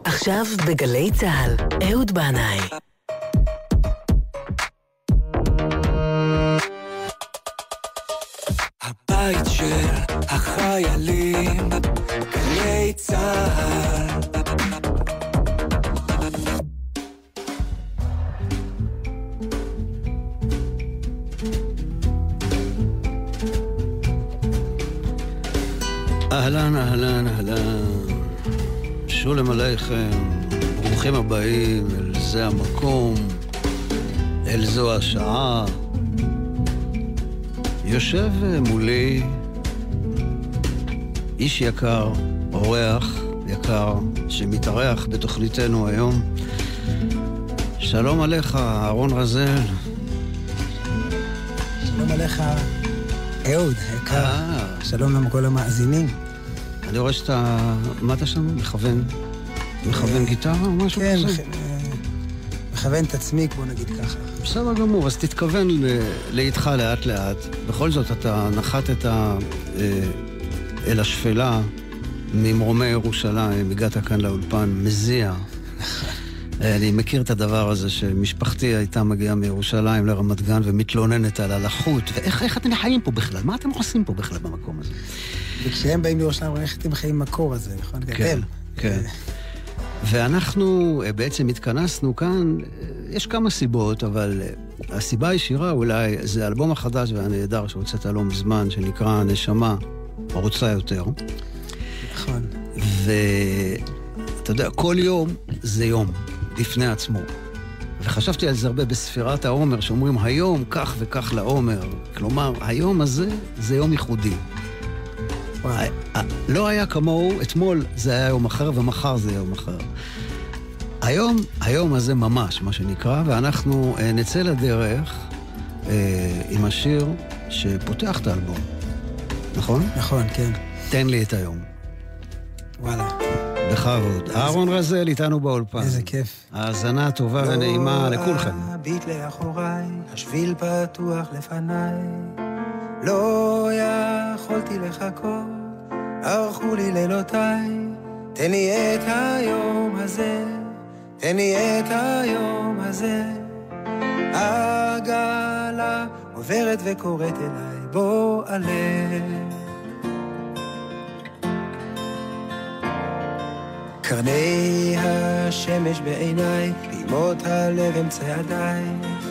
עכשיו בגלי צהל, אהוד בנאי. הבית של החיילים, גלי צהל. אהלן, אהלן, אהלן. שולם עליכם, ברוכים הבאים אל זה המקום, אל זו השעה. יושב מולי איש יקר, אורח יקר, שמתארח בתוכניתנו היום. שלום עליך, אהרון רזל. שלום עליך, אהוד יקר. שלום לכל המאזינים. אני רואה שאתה, מה אתה שם? מכוון גיטרה או משהו כזה? כן, מכוון את עצמי, בוא נגיד ככה. בסדר גמור, אז תתכוון לאיתך לאט לאט. בכל זאת אתה נחתת אל השפלה ממרומי ירושלים, הגעת כאן לאולפן, מזיע. אני מכיר את הדבר הזה שמשפחתי הייתה מגיעה מירושלים לרמת גן ומתלוננת על הלחות. ואיך אתם חיים פה בכלל? מה אתם עושים פה בכלל במקום הזה? וכשהם באים לירושלים, איך אתם חיים מקור הזה, נכון? כן, כן. ואנחנו בעצם התכנסנו כאן, יש כמה סיבות, אבל הסיבה הישירה אולי זה האלבום החדש והנהדר שהוצאת לא מזמן, שנקרא נשמה רוצה יותר. נכון. ואתה יודע, כל יום זה יום לפני עצמו. וחשבתי על זה הרבה בספירת העומר, שאומרים היום כך וכך לעומר. כלומר, היום הזה זה יום ייחודי. לא היה כמוהו, אתמול זה היה יום אחר ומחר זה יום אחר. היום הזה ממש, מה שנקרא, ואנחנו נצא לדרך עם השיר שפותח את האלבום. נכון? נכון, כן. תן לי את היום. וואלה. בכבוד. אהרון רזל איתנו באולפן. איזה כיף. האזנה טובה ונעימה לכולכם. לא הביט לאחוריי, השביל פתוח לפניי. לא יכולתי לחכות, ערכו לי לילותיי. תן לי את היום הזה, תן לי את היום הזה. העגלה עוברת וקוראת אליי, בוא עלה. קרני השמש בעיניי, פעימות הלב אמצע ידיי.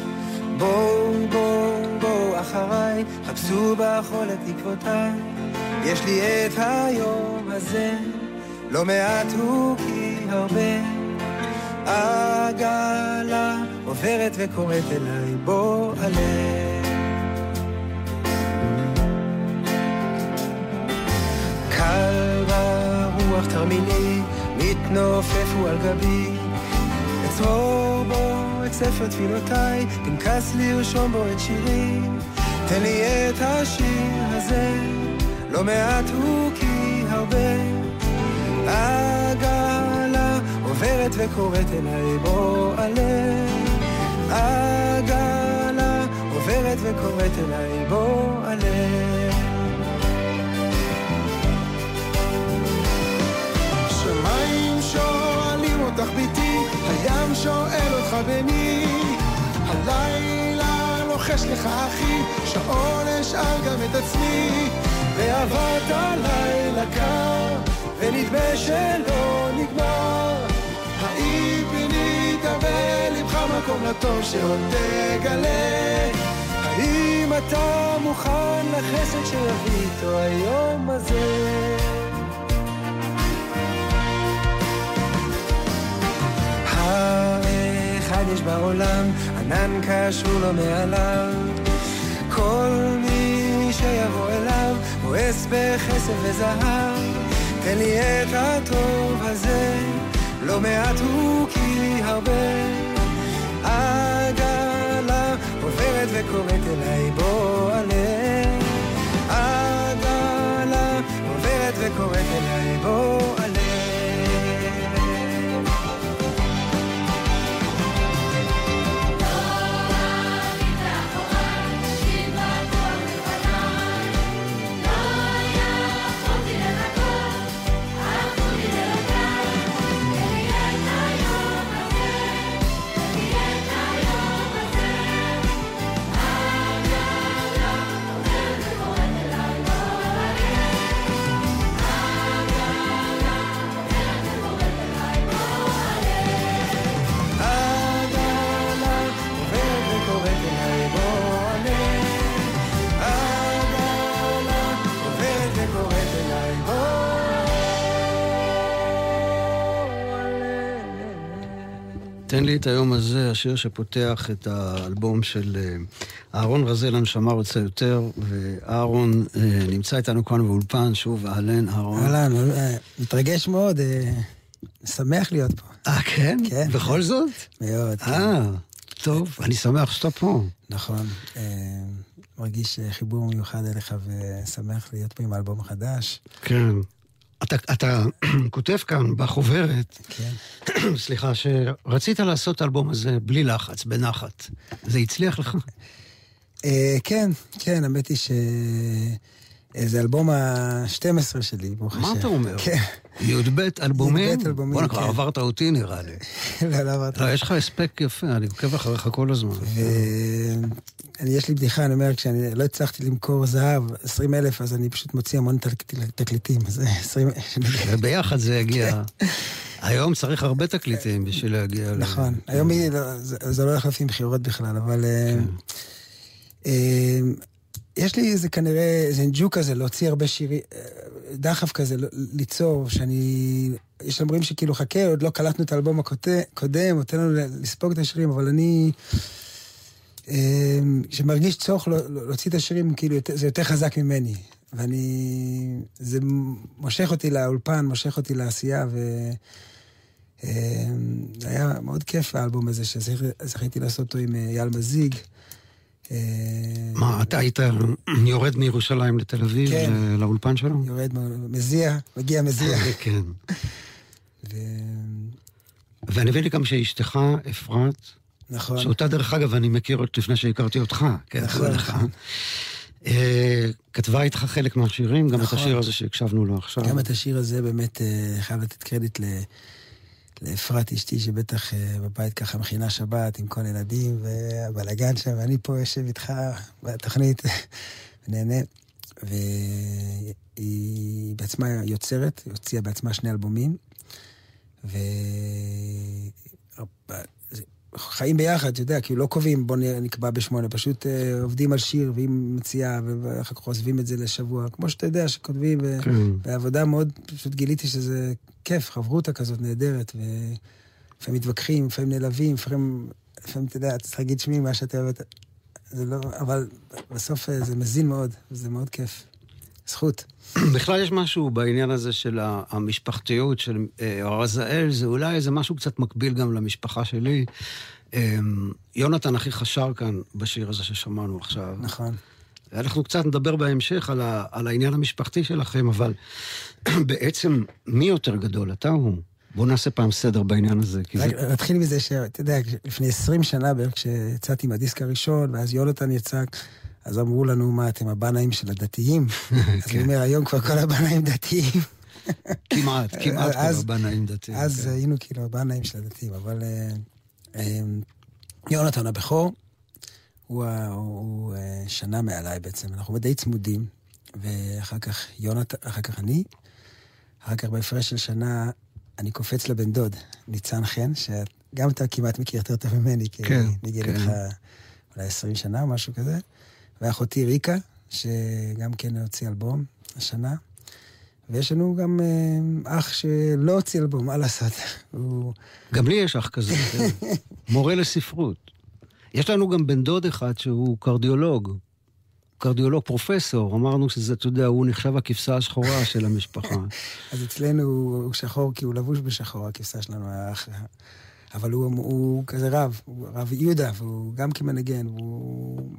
בואו אחריי, חפשו בחול את תקוותיי. יש לי את היום הזה, לא מעט הוא כי הרבה. העגלה עוברת וקוראת אליי, בוא עלה. קל ברוח תרמילי, מתנופפו על גבי. אצרור בו את ספר תפילותיי, פנקס לרשום בו את שירי. תן לי את השיר הזה, לא מעט הוא כי הרבה. העגלה עוברת וקוראת אליי, בוא עלה. העגלה עוברת וקוראת אליי, בוא עלה. שמיים שואלים אותך ביתי, הים שואל אותך בני. הלילה לוחש לך אחי, שעון אשאל גם את עצמי. ועברת לילה קר, ונדמה שלא נגמר. האם פינית בלבך מקום לטוב שעוד תגלה? האם אתה מוכן לחסד שיביא איתו היום הזה? האחד יש בעולם, ענן קשור לו מעליו. כל מי שיבוא אליו, מואס בכסף וזהב. תן לי את הטוב הזה, לא מעט הוא כי הרבה. העגלה עוברת וקוראת אליי, בוא עלה. העגלה עוברת וקוראת אליי, בוא עלה. לא יכולתי לחכות, הלכו לי לילותיי. תן לי את תן לי את היום הזה, השיר שפותח את האלבום של אהרון רזל, הנשמה רוצה יותר, ואהרון נמצא איתנו כאן באולפן, שוב, אהלן, אהרון. אהלן, מתרגש מאוד, שמח להיות פה. כן? כן. בכל זאת? מאוד, כן. טוב, אני שמח שאתה פה. נכון, מרגיש חיבור מיוחד אליך ושמח להיות פה עם האלבום החדש. כן. אתה כותב כאן בחוברת, כן. סליחה, שרצית לעשות את האלבום הזה בלי לחץ, בנחת. זה הצליח לך? כן, כן, האמת היא שזה אלבום ה-12 שלי, ברוך השם. מה אתה אומר? כן. י"ב אלבומים? י"ב אלבומים, בוא נקרא, עברת אותי נראה לי. לא עברת. לא, יש לך הספק יפה, אני עוקב אחריך כל הזמן. יש לי בדיחה, אני אומר, כשאני לא הצלחתי למכור זהב, 20,000, אז אני פשוט מוציא המון תקליטים. אז 20... וביחד זה יגיע... היום צריך הרבה תקליטים בשביל להגיע... נכון. היום זה לא הולך לפי בחירות בכלל, אבל... יש לי איזה כנראה, איזה ג'וק כזה, להוציא הרבה שירים, דחף כזה, ליצור, שאני... יש אומרים שכאילו חכה, עוד לא קלטנו את האלבום הקודם, נותן לנו לספוג את השירים, אבל אני... שמרגיש צורך להוציא את השירים, כאילו, זה יותר חזק ממני. ואני... זה מושך אותי לאולפן, מושך אותי לעשייה, זה היה מאוד כיף האלבום הזה, שזכיתי לעשות אותו עם אייל מזיג. מה, אתה היית יורד מירושלים לתל אביב, לאולפן שלו? יורד, מגיע מזיע. כן. ואני מבין לי גם שאשתך, אפרת, נכון. שאותה דרך אגב אני מכיר עוד לפני שהכרתי אותך. נכון. כתבה איתך חלק מהשירים, גם את השיר הזה שהקשבנו לו עכשיו. גם את השיר הזה באמת חייב לתת קרדיט לאפרת אשתי, שבטח בבית ככה מכינה שבת עם כל ילדים, והבלגן שם, ואני פה יושב איתך בתוכנית, ונהנה. והיא בעצמה יוצרת, הוציאה בעצמה 2 אלבומים, חיים ביחד, אתה יודע, כאילו לא קובעים, בוא נקבע ב8, פשוט עובדים על שיר, והיא מציעה, ואחר כך עוזבים את זה לשבוע, כמו שאתה יודע, שכותבים, בעבודה מאוד, פשוט גיליתי שזה כיף, חברותה כזאת נהדרת, ולפעמים מתווכחים, לפעמים נלווים, לפעמים, אתה יודע, צריך להגיד שמי, מה שאתה אוהב, זה לא, אבל בסוף זה מזין מאוד, זה מאוד כיף. זכות. בכלל יש משהו בעניין הזה של המשפחתיות של רזאל, זה אולי איזה משהו קצת מקביל גם למשפחה שלי. יונתן הכי חשר כאן בשיר הזה ששמענו עכשיו. נכון. אנחנו קצת נדבר בהמשך על העניין המשפחתי שלכם, אבל בעצם מי יותר גדול? אתה הוא? בואו נעשה פעם סדר בעניין הזה. נתחיל מזה שאתה יודע, לפני 20 שנה בערך כשיצאתי עם הדיסק הראשון, ואז יונתן יצא... אז אמרו לנו, מה, אתם הבנאים של הדתיים? אז אני אומר, היום כבר כל הבנאים דתיים. כמעט כל הבנאים דתיים. אז היינו כאילו הבנאים של הדתיים, אבל יונתן הבכור, הוא שנה מעליי בעצם, אנחנו די צמודים, ואחר כך יונתן, אחר כך אני, אחר כך בהפרש של שנה, אני קופץ לבן דוד, ניצן חן, שגם אתה כמעט מכיר יותר טוב ממני, כי נגיד לך אולי 20 שנה או משהו כזה, ואחותי ריקה, שגם כן הוציא אלבום השנה, ויש לנו גם אח שלא הוציא אלבום, מה לעשות? גם לי יש אח כזה, מורה לספרות. יש לנו גם בן דוד אחד שהוא קרדיולוג פרופסור, אמרנו שזה, אתה יודע, הוא נחשב הכבשה השחורה של המשפחה. אז אצלנו הוא שחור, כי הוא לבוש בשחור, הכבשה שלנו האח. אבל הוא כזה רב יהודה, והוא גם כמנגן, והוא...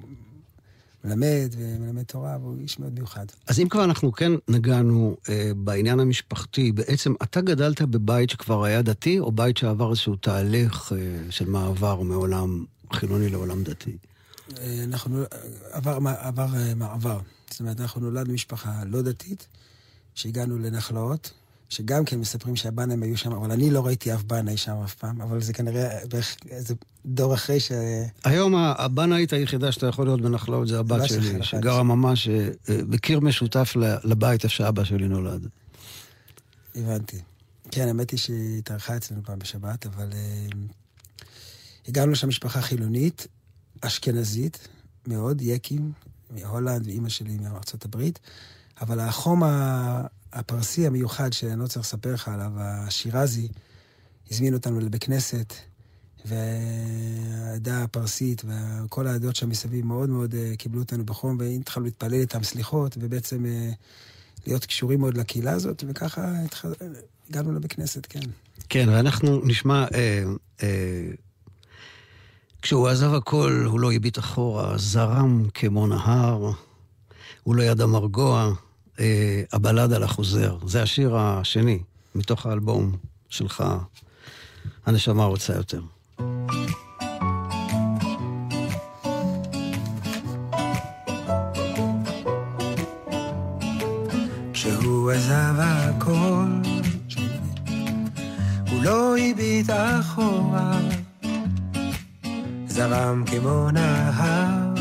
מלמד תורה, והוא איש מאוד מיוחד. אז אם כבר אנחנו כן נגענו בעניין המשפחתי, בעצם אתה גדלת בבית שכבר היה דתי, או בית שעבר איזשהו תהליך של מעבר מעולם חילוני לעולם דתי? אנחנו עבר מעבר. זאת אומרת, אנחנו נולדנו משפחה לא דתית, שהגענו לנחלאות, שגם כן מספרים שהבנאים היו שם, אבל אני לא ראיתי אף בנאי שם אף פעם, אבל זה כנראה איזה דור אחרי היום הבנאית היחידה שאתה יכול להיות בנחלאות זה הבת שלי, שגרה ממש בקיר משותף לבית איפה שאבא שלי נולד. הבנתי. כן, האמת היא שהיא התארחה אצלנו פעם בשבת, אבל הגענו לשם משפחה חילונית, אשכנזית, מאוד, יקים, מהולנד, ואימא שלי מארצות הברית, אבל החום הפרסי המיוחד שאני לא צריך לספר לך עליו, השירזי, הזמין אותנו לבית כנסת, והעדה הפרסית וכל העדות שם מסביב מאוד מאוד קיבלו אותנו בחום, והתחלנו להתפלל איתם סליחות, ובעצם להיות קשורים מאוד לקהילה הזאת, וככה הגענו לבית כנסת, כן. כן, ואנחנו נשמע, כשהוא עזב הכל, הוא לא הביט אחורה, זרם כמו נהר, הוא לא ידע מרגוע, הבלד על החוזר. זה השיר השני, מתוך האלבום שלך, הנשמה רוצה יותר. כשהוא עזב הכל, הוא לא הביט אחורה, זרם כמו נהר,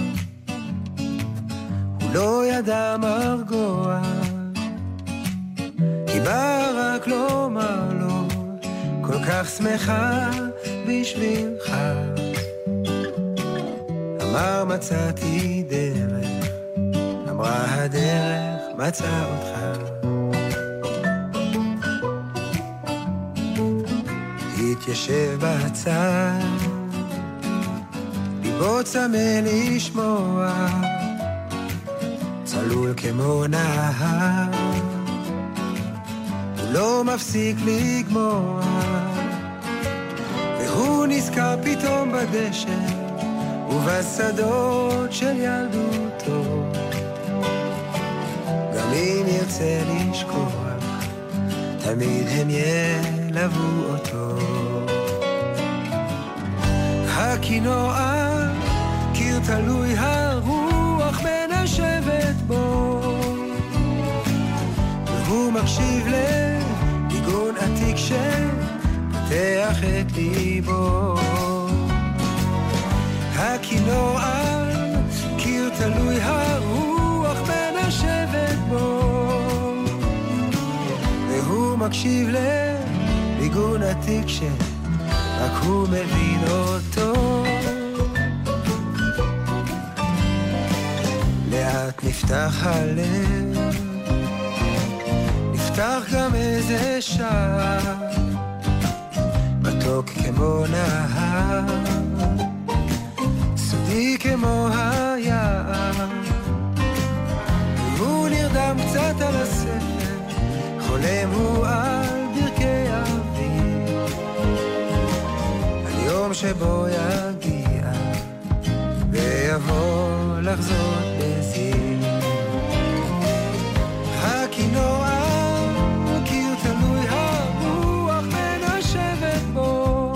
הוא לא ידע מרגוע, היא באה רק לומר לו, כל כך שמחה בשבילך. אמר מצאתי דרך, אמרה הדרך מצא אותך. התיישב בצד, ליבו צמא לשמוע, צלול כמו נהר, הוא לא מפסיק לגמוע, והוא נזכר פתאום בדשא ובשדות של ילדותו. גם אם ירצה לשכוח, תמיד הם ילוו אותו. הכינוע, קיר תלוי, הרוח מנשבת בו, והוא מקשיב לניגון עתיק שפותח את ליבו. הכינוע, קיר תלוי, הרוח מנשבת בו, והוא מקשיב לניגון עתיק רק הוא מבין אותו. לאט נפתח הלב, נפתח גם איזה שער, מתוק כמו נהר, סודי כמו היער, והוא נרדם קצת על הספר, חולם הוא על ברכי אביב, על יום שבו יגיע ויבוא לחזות בזיו. הכינוע, קיר תלוי, הרוח מנשבת בו,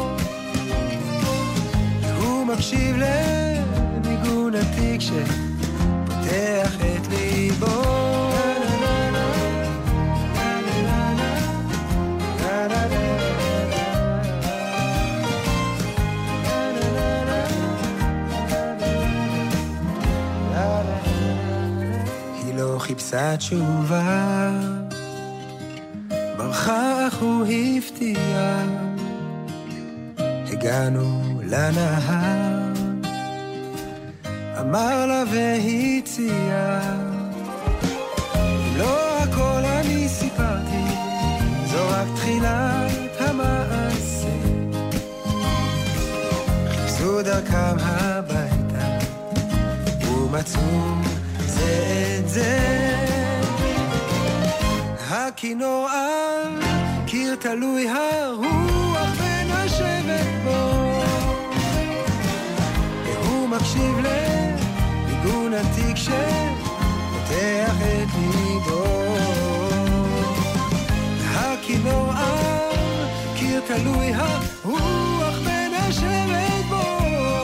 והוא מקשיב לניגון עתיק שפותח את ליבו. חיפשה תשובה, ברכה אך הוא הפתיע, הגענו לנהר, אמר לה והציע, לא הכל אני סיפרתי, זו רק תחילת המעשה. חיפשו דרכם הביתה ומצאו זה את זה. הכינוע, קיר תלוי, הרוח מנשבת בו, והוא מקשיב לניגון עתיק שפותח את ליבו. הכינוע, קיר תלוי, הרוח מנשבת בו,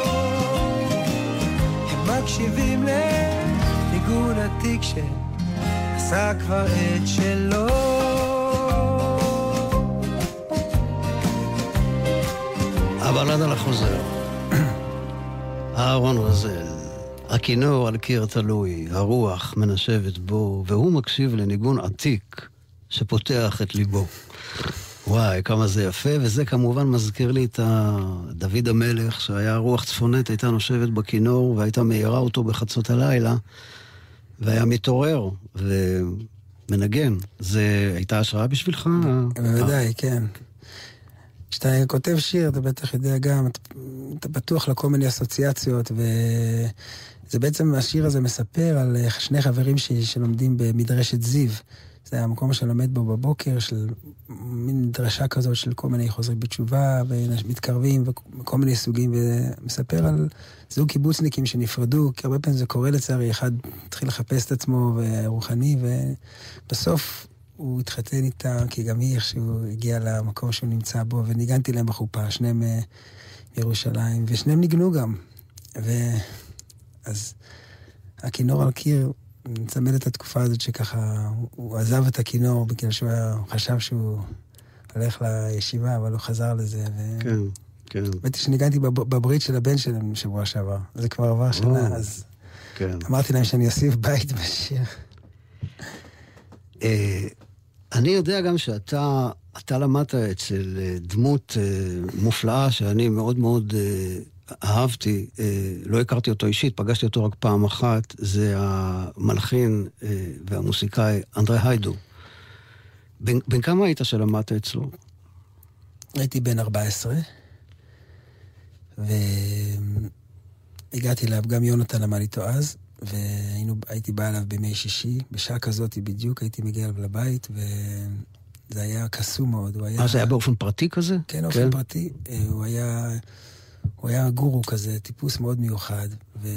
הם מקשיבים ניגון עתיק שעשה כבר את שלו. הבלד על החוזר, אהרון רזל, הכינור על קיר תלוי, הרוח מנשבת בו, והוא מקשיב לניגון עתיק שפותח את ליבו. וואי, כמה זה יפה, וזה כמובן מזכיר לי את דוד המלך, שהיה רוח צפונית, הייתה נושבת בכינור, והייתה מאירה אותו בחצות הלילה, והיה מתעורר ומנגן. זה הייתה השראה בשבילך? בוודאי, כן. כשאתה כותב שיר, אתה בטח יודע גם, אתה בטוח לכל מיני אסוציאציות, וזה בעצם, השיר הזה מספר על שני חברים שלומדים במדרשת זיו. זה המקום שלומד בו בבוקר, של מין דרשה כזאת של כל מיני חוזרים בתשובה, ומתקרבים, וכל מיני סוגים, ומספר על זוג קיבוצניקים שנפרדו, כי הרבה פעמים זה קורה לצערי, אחד התחיל לחפש את עצמו ורוחני, ובסוף הוא התחתן איתה, כי גם היא איכשהו הגיע למקום שהוא נמצא בו, וניגנתי להם בחופה, שניהם מירושלים, ושניהם ניגנו גם. ואז הכינור על קיר, נצמד את התקופה הזאת שככה, הוא עזב את הכינור, בגלל שהוא חשב שהוא הולך לישיבה, אבל הוא חזר לזה. כן, כן. באתי שניגנתי בברית של הבן שלהם שבוע שעבר. זה כבר עבר שנה, אז אמרתי להם שאני אוסיף בית בשיר. אני יודע גם שאתה למדת אצל דמות מופלאה שאני מאוד מאוד אהבתי, לא הכרתי אותו אישית, פגשתי אותו רק פעם אחת, זה המלחין והמוסיקאי אנדרי היידו. בן כמה היית שלמדת אצלו? הייתי בן 14, והגעתי אליו, גם יונתן למד איתו אז, והייתי בא אליו בימי שישי, בשעה כזאת בדיוק הייתי מגיע אליו לבית, וזה היה קסום מאוד. זה היה באופן פרטי כזה? כן, באופן פרטי. הוא היה גורו כזה, טיפוס מאוד מיוחד,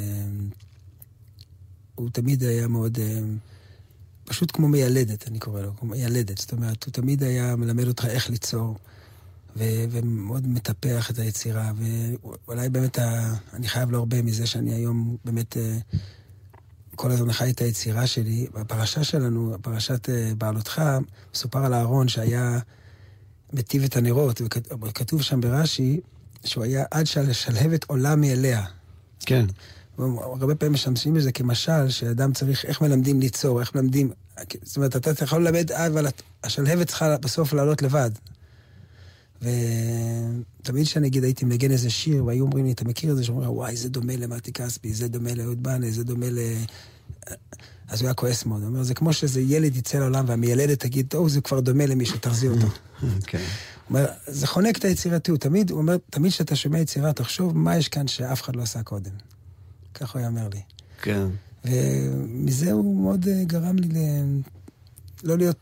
והוא תמיד היה מאוד, פשוט כמו מיילדת, אני קורא לו, כמו מיילדת. זאת אומרת, הוא תמיד היה מלמד אותך איך ליצור, ומאוד מטפח את היצירה, ואולי באמת אני חייב לו הרבה מזה שאני היום באמת כל הזמן חי את היצירה שלי. בפרשה שלנו, פרשת בעלותך, מסופר על הארון שהיה מטיב את הנרות, וכתוב שם ברש"י, שהוא היה עד שהשלהבת עולה מאליה. כן. הרבה פעמים משמשים בזה כמשל, שאדם צריך, איך מלמדים ליצור, איך מלמדים, זאת אומרת, אתה יכול ללמד, אבל השלהבת צריכה בסוף לעלות לבד. ותמיד שאני אגיד, הייתי מנגן איזה שיר, והיו אומרים לי, אתה מכיר את זה? שאומרים, וואי, זה דומה למתי כספי, זה דומה לאהוד בנה, זה דומה אז הוא היה כועס מאוד. הוא אומר, זה כמו שזה ילד יצא לעולם, והמיילדת תגיד, זה כבר דומה למישהו, תחזיר אותו. כן. הוא אומר, זה חונק את היצירתיות. הוא אומר, תמיד שאתה שומע יצירה, תחשוב מה יש כאן שאף אחד לא עשה קודם. כך הוא היה אומר לי. כן. ומזה הוא מאוד גרם לי לא להיות,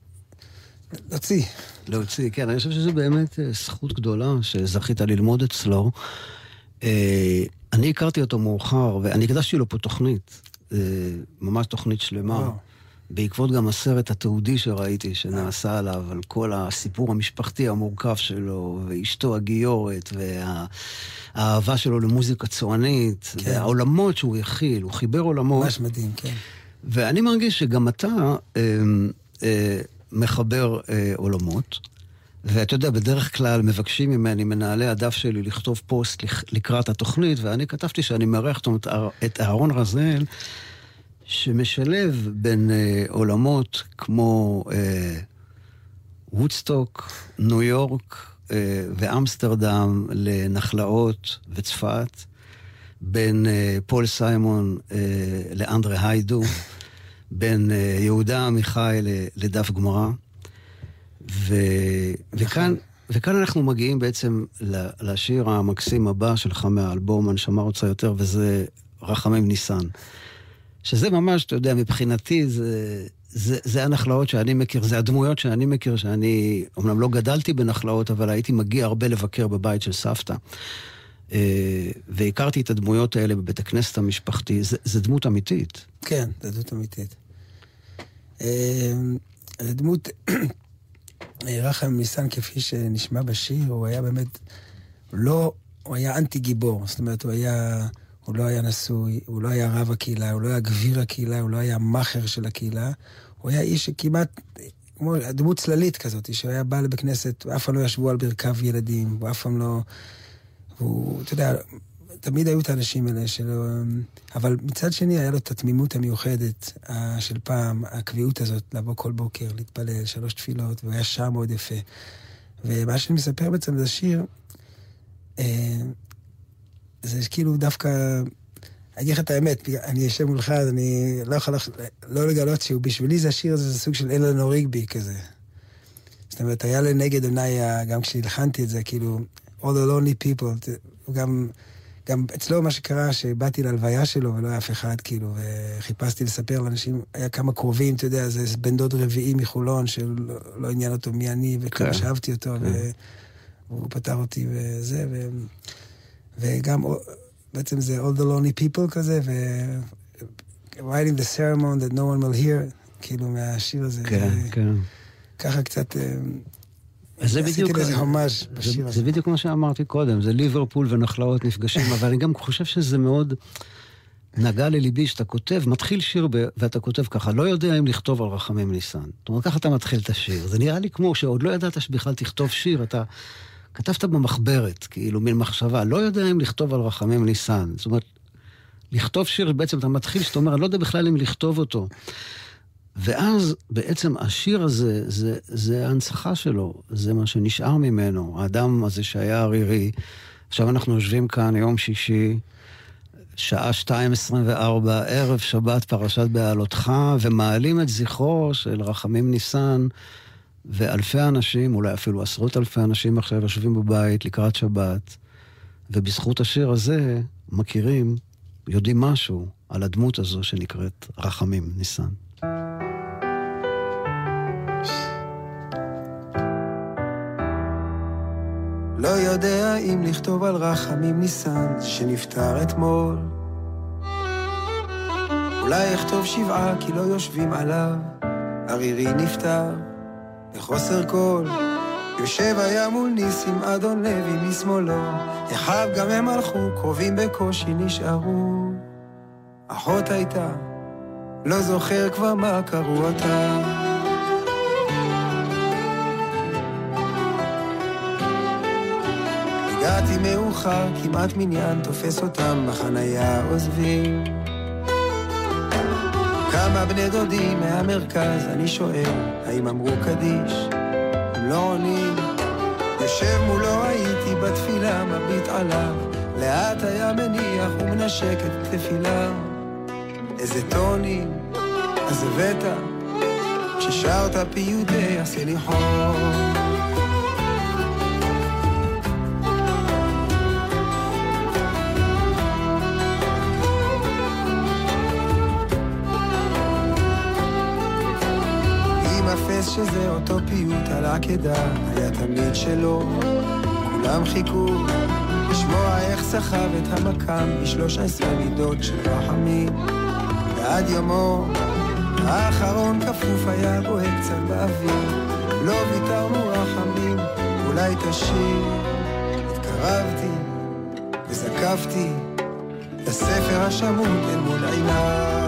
להוציא, כן. אני חושב שזה באמת זכות גדולה שזכית ללמוד אצלו. אני הכרתי אותו מאוחר, ואני הקדשתי לו פה תוכנית, ממש תוכנית שלמה. בעקבות גם הסרט התיעודי שראיתי, שנעשה עליו, על כל הסיפור המשפחתי המורכב שלו, ואשתו הגיורת, והאהבה שלו למוזיקה צוענית, והעולמות שהוא הכיל, הוא חיבר עולמות. ממש מדהים, כן. ואני מרגיש שגם אתה מחבר עולמות, ואתה יודע, בדרך כלל מבקשים ממני, מנהלי הדף שלי, לכתוב פוסט לקראת התוכנית, ואני כתבתי שאני מארח את אהרון רזאל, שמשלב בין עולמות כמו וודסטוק, ניו יורק ואמסטרדם לנחלאות וצפת, בין פול סיימון לאנדרי היידו, בין יהודה עמיחי לדף גמרא, וכאן אנחנו מגיעים בעצם לשיר המקסים הבא שלך מהאלבום הנשמה רוצה יותר, וזה רחמים ניסן. שזה ממש, אתה יודע, מבחינתי זה הנחלאות שאני מכיר, זה הדמויות שאני מכיר, שאני אומנם לא גדלתי בנחלאות, אבל הייתי מגיע הרבה לבקר בבית של סבתא. והכרתי את הדמויות האלה בבית הכנסת המשפחתי. זה דמות אמיתית. כן, זה דמות אמיתית. הדמות רחם ניסן, כפי שנשמע בשיר, הוא היה באמת, הוא היה אנטי גיבור. זאת אומרת, הוא לא היה נשוי, הוא לא היה רב הקהילה, הוא לא היה גביר הקהילה, הוא לא היה מאחר של הקהילה. הוא היה איש שכמעט, כמו דמות צללית כזאת, שהוא היה בא לבית כנסת, ואף פעם לא ישבו על ברכיו ילדים, ואף פעם לא... והוא, אתה יודע, תמיד היו את האנשים האלה שלו, אבל מצד שני היה לו את התמימות המיוחדת של פעם, הקביעות הזאת, לבוא כל בוקר, להתפלל 3 תפילות, והוא היה שר מאוד יפה. ומה שאני מספר בעצם זה שיר, זה כאילו דווקא, אני אגיד לך את האמת, אני יושב מולך, אז אני לא יכול לא לגלות שהוא, בשבילי זה השיר הזה, זה סוג של אלנור ריגבי כזה. זאת אומרת, היה לנגד עיניי, גם כשהלחנתי את זה, כאילו, all the lonely people, גם אצלו מה שקרה, שבאתי להלוויה שלו, ולא היה אף אחד, כאילו, וחיפשתי לספר לאנשים, היה כמה קרובים, אתה יודע, זה בן דוד רביעי מחולון, שלא עניין אותו מי אני, וכמה שאהבתי אותו, והוא פתר אותי וזה, וגם, בעצם זה all the lonely people כזה, writing the ceremony that no one will hear, כאילו, מהשיר הזה. כן, כן. ככה קצת... עשיתי לזה ממש בשיר הזה. זה בדיוק מה שאמרתי קודם, זה ליברפול ונחלאות נפגשים, אבל אני גם חושב שזה מאוד נגע לליבי, שאתה כותב, מתחיל שיר ואתה כותב ככה, לא יודע אם לכתוב על רחמים ניסן. זאת אומרת, ככה אתה מתחיל את השיר. זה נראה לי כמו שעוד לא ידעת שבכלל תכתוב שיר, אתה כתבת במחברת, כאילו, מין מחשבה, לא יודע אם לכתוב על רחמים ניסן. זאת אומרת, לכתוב שיר, בעצם אתה מתחיל, שאתה אומר, אני לא יודע בכלל אם לכתוב אותו. ואז בעצם השיר הזה, זה ההנצחה שלו, זה מה שנשאר ממנו, האדם הזה שהיה ערירי. עכשיו אנחנו יושבים כאן יום שישי, שעה 2:24, ערב שבת פרשת בעלותך, ומעלים את זכרו של רחמים ניסן, ואלפי אנשים, אולי אפילו עשרות אלפי אנשים עכשיו יושבים בבית לקראת שבת, ובזכות השיר הזה מכירים, יודעים משהו על הדמות הזו שנקראת רחמים ניסן. לא יודע אם לכתוב על רחמים ניסן שנפטר אתמול. אולי אכתוב 7 כי לא יושבים עליו, ערירי נפטר בחוסר קול. יושב היה מול ניסים אדון לוי משמאלו, יחב גם הם הלכו, קרובים בקושי נשארו. אחות הייתה, לא זוכר כבר מה קראו אותה. הגעתי מאוחר, כמעט מניין, תופס אותם בחנייה עוזבים. כמה בני דודים מהמרכז, אני שואל, האם אמרו קדיש? הם לא עונים. יושב מולו הייתי בתפילה, מביט עליו, לאט היה מניח ומנשק את תפילה. איזה טונים, אז הבאת, כששרת פיוטי עשה לי חור. שזה אותו פיוט על העקדה, היה תמיד שלו, כולם חיכו לשמוע איך סחב את המקם ב13 מידות של רחמים. ועד יומו האחרון כפוף היה בוהק קצת באוויר, לא ויתרנו רחמים, אולי תשיר. התקרבתי וזקפתי לספר השמות אל מול עיניו.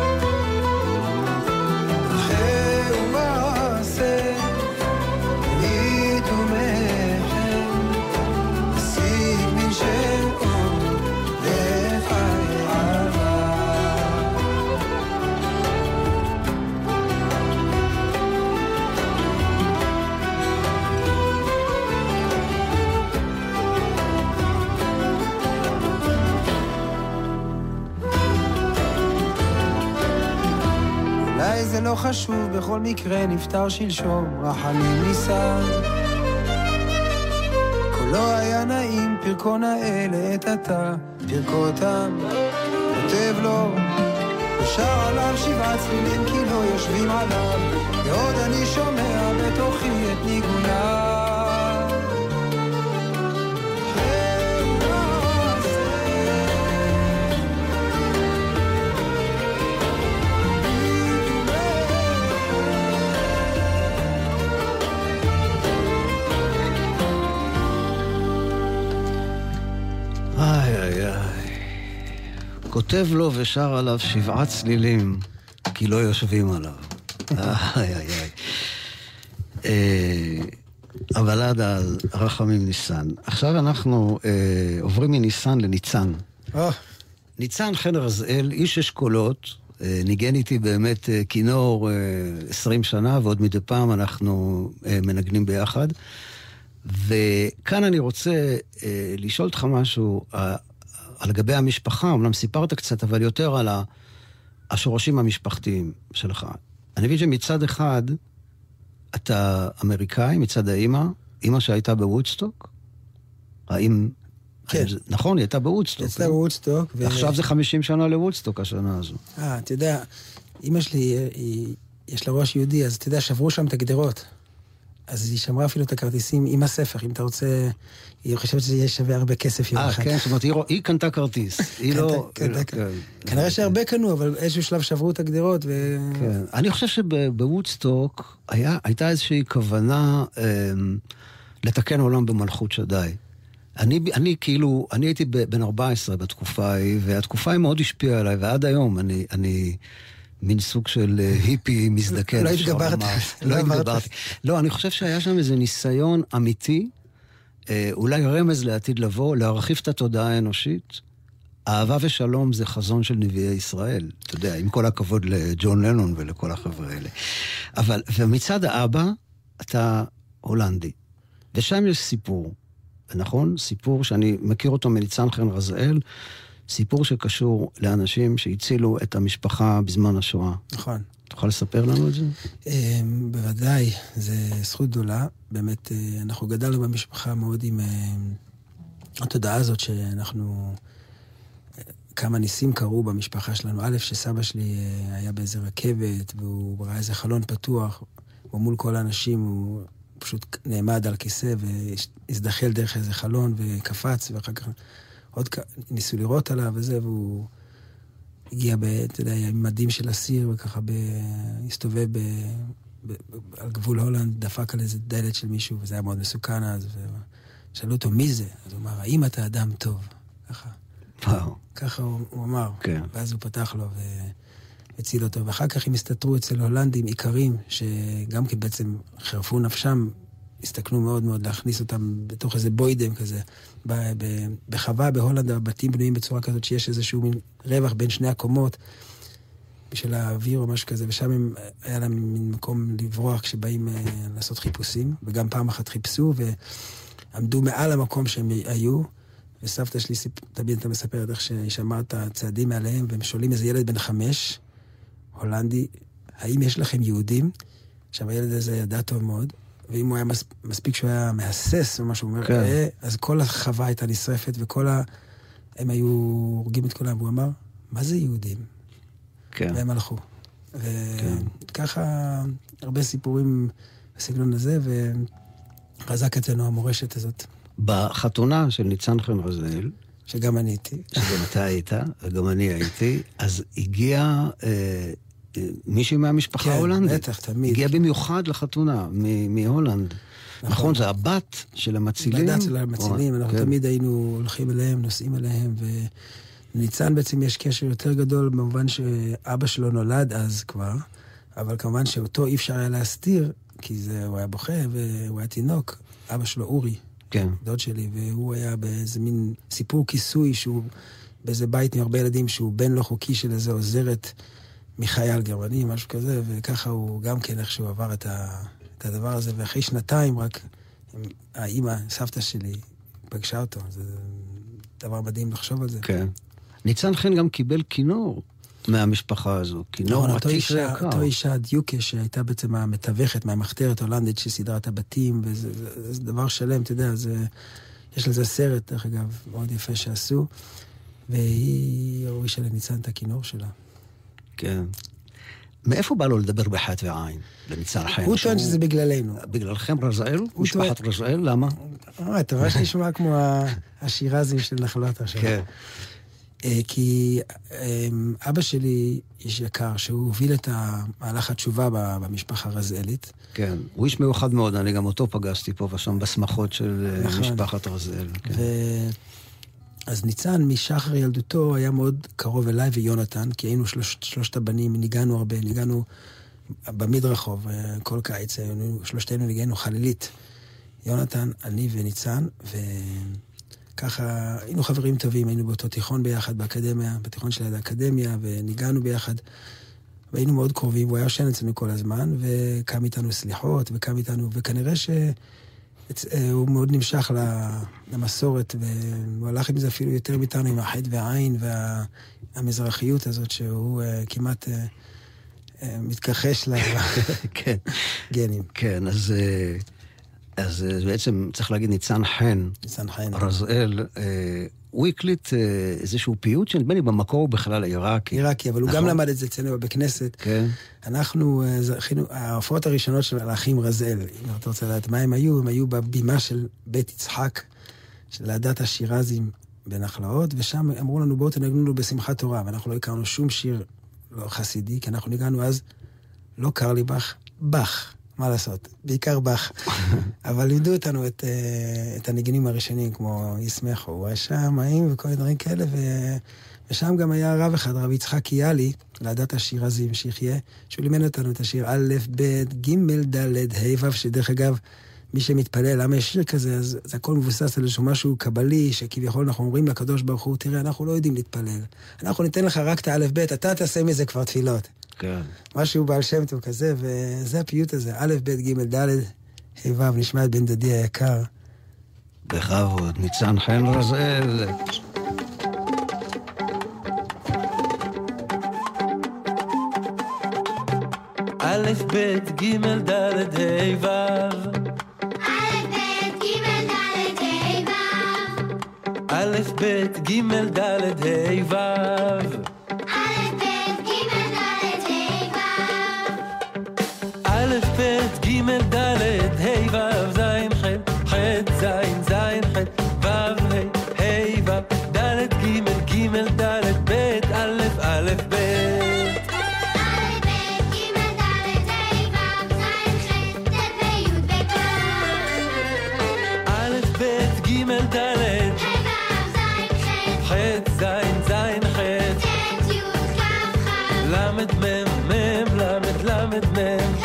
זה לא חשוב, בכל מקרה נפטר שלשום רחמים ניסן. קולו היה נעים, פרקו נאה לעת עתה, פרקו אותם, כותב לו, ושר עליו 7 צלילים כי לא יושבים עליו, ועוד אני שומע בתוכי את ניגוניו. כותב לו ושר עליו 7 צלילים, כי לא יושבים עליו. אבל עד על רחמים ניסן. עכשיו אנחנו עוברים מניסן לניצן. ניצן חן רזאל, איש אשכולות, ניגן איתי באמת כינור 20 שנה, ועוד מדי פעם אנחנו מנגנים ביחד. וכאן אני רוצה לשאול אותך משהו, על לגבי המשפחה, אמנם סיפרת קצת, אבל יותר על השורשים המשפחתיים שלך. אני מבין שמצד אחד, אתה אמריקאי מצד האמא, אמא שהייתה בוודסטוק? האם... כן. נכון, היא הייתה בוודסטוק. הייתה בוודסטוק. עכשיו זה 50 שנה לוודסטוק השנה הזו. אתה יודע, אמא שלי, יש לה ראש יהודי, אז אתה יודע, שברו שם את הגדרות. אז היא שמרה אפילו את הכרטיסים עם הספר, אם אתה רוצה, היא חושבת שזה יהיה שווה הרבה כסף יום אחד. כן, זאת אומרת, היא קנתה כרטיס. היא לא... כנראה שהרבה קנו, אבל איזשהו שלב שברו את הגדרות ו... כן. אני חושב שבוודסטוק הייתה איזושהי כוונה לתקן עולם במלכות שדי. אני הייתי בן 14 בתקופה ההיא, והתקופה היא מאוד השפיעה עליי, ועד היום אני מין סוג של היפי מזדקן. לא התגברת. לא התגברתי. לא, אני חושב שהיה שם איזה ניסיון אמיתי, אולי רמז לעתיד לבוא, להרחיב את התודעה האנושית. אהבה ושלום זה חזון של נביאי ישראל. אתה יודע, עם כל הכבוד לג'ון לנון ולכל החבר'ה האלה. אבל, ומצד האבא, אתה הולנדי. ושם יש סיפור. נכון? סיפור שאני מכיר אותו מניצן חן רזאל, סיפור שקשור לאנשים שהצילו את המשפחה בזמן השואה. נכון. תוכל לספר לנו את זה? בוודאי, זו זכות גדולה. באמת, אנחנו גדלנו במשפחה מאוד עם התודעה הזאת שאנחנו... כמה ניסים קרו במשפחה שלנו. א', שסבא שלי היה באיזה רכבת, והוא ראה איזה חלון פתוח, ומול כל האנשים הוא פשוט נעמד על כיסא והזדחל דרך איזה חלון וקפץ, ואחר כך עוד ניסו לראות עליו וזה, והוא הגיע אתה יודע, עם מדים של אסיר, וככה הסתובב על גבול הולנד, דפק על איזה דלת של מישהו, וזה היה מאוד מסוכן אז, ושאלו אותו מי זה? אז הוא אמר, האם אתה אדם טוב? ככה. וואו. ככה הוא אמר. כן. ואז הוא פתח לו והציל אותו. ואחר כך הם הסתתרו אצל הולנדים עיקרים, שגם כי בעצם חרפו נפשם, הסתכנו מאוד מאוד להכניס אותם בתוך איזה בוידם כזה. בחווה בהולנד הבתים בנויים בצורה כזאת שיש איזשהו מין רווח בין שני הקומות, בשביל האוויר או משהו כזה, ושם היה להם מין מקום לברוח כשבאים לעשות חיפושים, וגם פעם אחת חיפשו, ועמדו מעל המקום שהם היו, וסבתא שלי תמיד אתה מספרת איך ששמע את הצעדים מעליהם, והם שואלים איזה ילד בן 5, הולנדי, האם יש לכם יהודים? עכשיו הילד הזה ידע טוב מאוד, ואם הוא היה מספיק שהוא היה מהסס או משהו, הוא אומר, כן. אז כל החווה הייתה נשרפת, הם היו הורגים את כולם, והוא אמר, מה זה יהודים? כן. והם הלכו. וככה הרבה סיפורים בסגנון הזה, וחזק אצלנו המורשת הזאת. בחתונה של ניצן חן רזאל, שגם אני הייתי. שגם אתה היית, וגם אני הייתי, אז הגיע מישהי מהמשפחה ההולנדית. כן, בטח, תמיד. הגיע במיוחד לחתונה, מהולנד. נכון, זה הבת של המצילים. הבת של המצילים, אנחנו תמיד היינו הולכים אליהם, נוסעים אליהם, וניצן בעצם יש קשר יותר גדול, במובן שאבא שלו נולד אז כבר, אבל כמובן שאותו אי אפשר היה להסתיר, כי הוא היה בוכה והוא היה תינוק. אבא שלו אורי. כן. דוד שלי, והוא היה באיזה מין סיפור כיסוי שהוא באיזה בית מהרבה ילדים שהוא בן לא חוקי של איזה עוזרת מחייל גרמני, משהו כזה, וככה הוא גם כן איכשהו עבר את הדבר הזה, ואחרי שנתיים רק האמא, סבתא שלי, פגשה אותו. זה דבר מדהים לחשוב על זה. כן. ניצן חן גם קיבל כינור מהמשפחה הזו, כינור עתיק ויקר. אותו אישה דיוקה שהייתה בעצם המתווכת מהמחתרת הולנדית שסידרה את הבתים, וזה דבר שלם, אתה יודע, יש לזה סרט, דרך אגב, מאוד יפה שעשו, והיא הורישה לניצן את הכינור שלה. כן. מאיפה בא לו לדבר בחת ועין, לניצן חן? הוא טוען שזה בגללנו. בגללכם רזאל? משפחת רזאל? למה? אתה ממש נשמע כמו השירזים של נחלות עכשיו. כן. כי אבא שלי איש יקר, שהוא הוביל את המהלך התשובה במשפחה רזאלית. כן, הוא איש מיוחד מאוד, אני גם אותו פגשתי פה ושם בשמחות של משפחת רזאל. אז ניצן משחר ילדותו היה מאוד קרוב אליי ויונתן, כי היינו שלושת הבנים, ניגענו הרבה, ניגענו במדרחוב, כל קיץ, שלושתנו ניגענו חלילית. יונתן, אני וניצן, ככה, היינו חברים טובים, היינו באותו תיכון ביחד באקדמיה, בתיכון של האקדמיה, וניגענו ביחד, והיינו מאוד קרובים, הוא היה יושן אצלנו כל הזמן, וקם איתנו סליחות, וכנראה שהוא מאוד נמשך למסורת, והוא הלך עם זה אפילו יותר מאיתנו, עם החטא והעין, והמזרחיות הזאת, שהוא כמעט מתכחש לגנים. כן, אז בעצם צריך להגיד ניצן חן. ניצן חן. רזאל, הוא הקליט איזשהו פיוט שנדמה לי במקור הוא בכלל עיראקי. עיראקי, אבל הוא גם למד את זה אצלנו בכנסת. כן. אנחנו זכינו, ההופעות הראשונות של האחים רזאל, אם אתה רוצה לדעת מה הם היו בבימה של בית יצחק, של עדת השירזים בנחלאות, ושם אמרו לנו בואו תנגנו לו בשמחת תורה, ואנחנו לא הכרנו שום שיר לא חסידי, כי אנחנו ניגענו אז לא קרליבך, בח. מה לעשות? בעיקר בח. אבל לימדו אותנו את הניגנים הראשונים, כמו ישמחו, השמיים וכל דברים כאלה, ושם גם היה רב אחד, רב יצחק יאלי, לעדת השירזים שיחיה, שהוא לימד אותנו את השיר א', ב', ג', ד', ה', ו', שדרך אגב, מי שמתפלל, למה יש שיר כזה, אז זה הכל מבוסס על איזשהו משהו קבלי, שכביכול אנחנו אומרים לקדוש ברוך הוא, תראה, אנחנו לא יודעים להתפלל. אנחנו ניתן לך רק את א', ב', אתה תעשה מזה כבר תפילות. כן. משהו בעל שם טוב כזה, וזה הפיוט הזה, א', ב', ג', ד', ה', ו', נשמע את בן דודי היקר. בכבוד, ניצן חן רזאל. א', ב', ג', ד', ה', ו'. א', ב', ג', ד', ה', ו'. ג' ד' ה' ו' ז' ח' ח' ז' ז' ח' ו' ה' ו' ד' ג' ג' ד' ב' א' א' ב' א' ב' ג' ד' ח' ז' ז' ח' למד מ' מ' למד למד מ'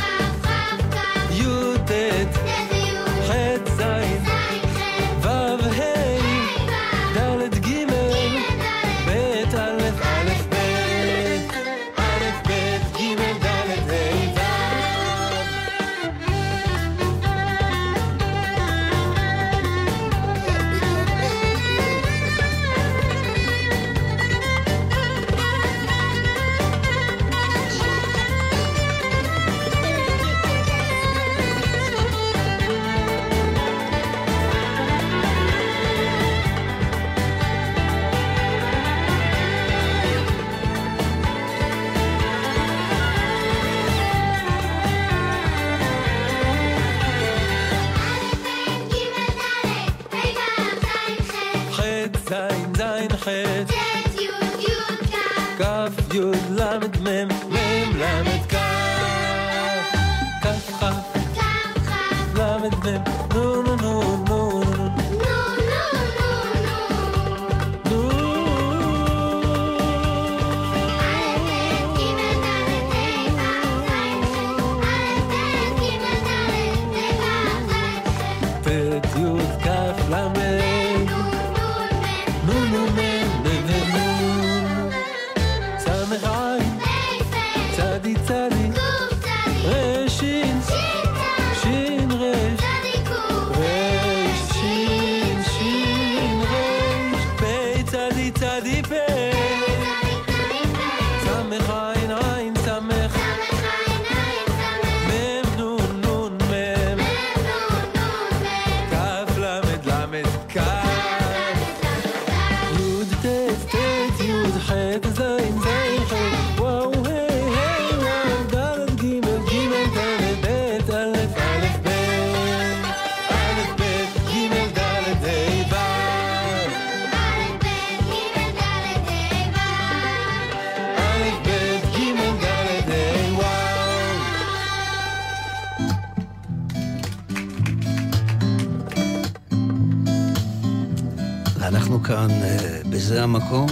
אנחנו כאן בזה המקום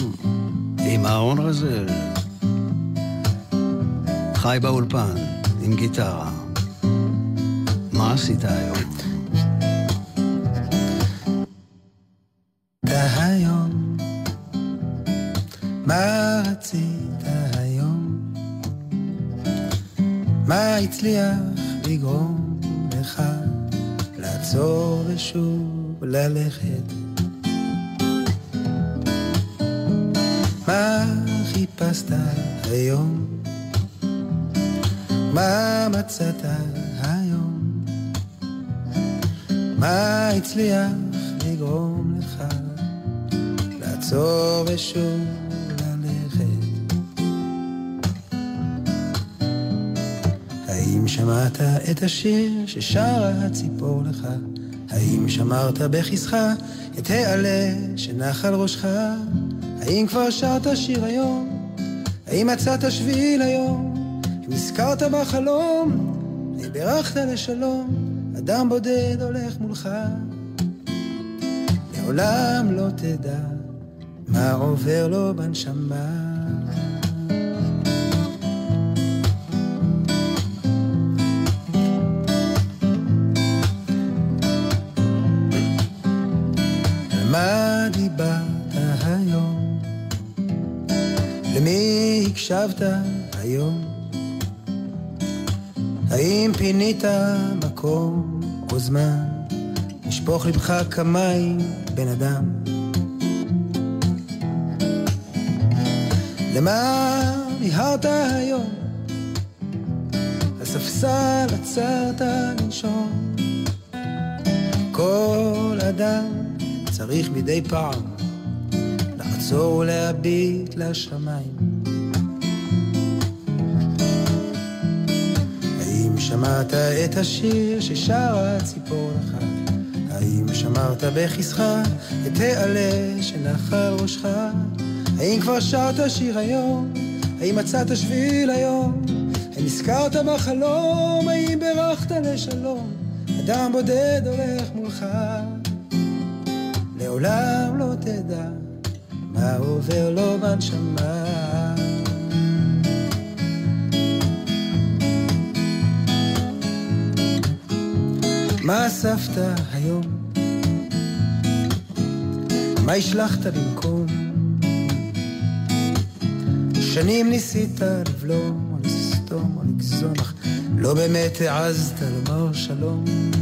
עם אהרון רזאל, חי באולפן עם גיטרה. מה עשית היום? היום מה רצית היום? מה הצליח לגרום לך לעצור ושוב ללכת? מה חיפשת היום? מה מצאת היום? מה הצליח לגרום לך לעצור ושוב ללכת? האם שמעת את השיר ששרה הציפור לך? האם שמרת בכיסך את העלה שנח על ראשך? האם כבר שרת שיר היום? האם מצאת שביל היום? אם נזכרת בחלום, האם ברחת לשלום? אדם בודד הולך מולך, לעולם לא תדע מה עובר לו בנשמה. מה דיברת היום? למי הקשבת היום? האם פינית מקום או זמן לשפוך לבך כמים בן אדם? למה מיהרת היום? הספסל עצרת לנשום. כל אדם צריך מדי פעם לעצור ולהביט לשמיים. האם שמעת את השיר ששרה הציפור לך? האם שמרת בכיסך את העלה שנח על ראשך? האם כבר שרת שיר היום? האם מצאת שביל היום? האם נזכרת בחלום? האם ברחת לשלום? אדם בודד הולך מולך, לעולם לא תדע מה עובר לו בנשמה. מה אספת היום? מה השלחת במקום? שנים ניסית לבלום או לסתום או לגזום, אך לא באמת העזת לומר שלום.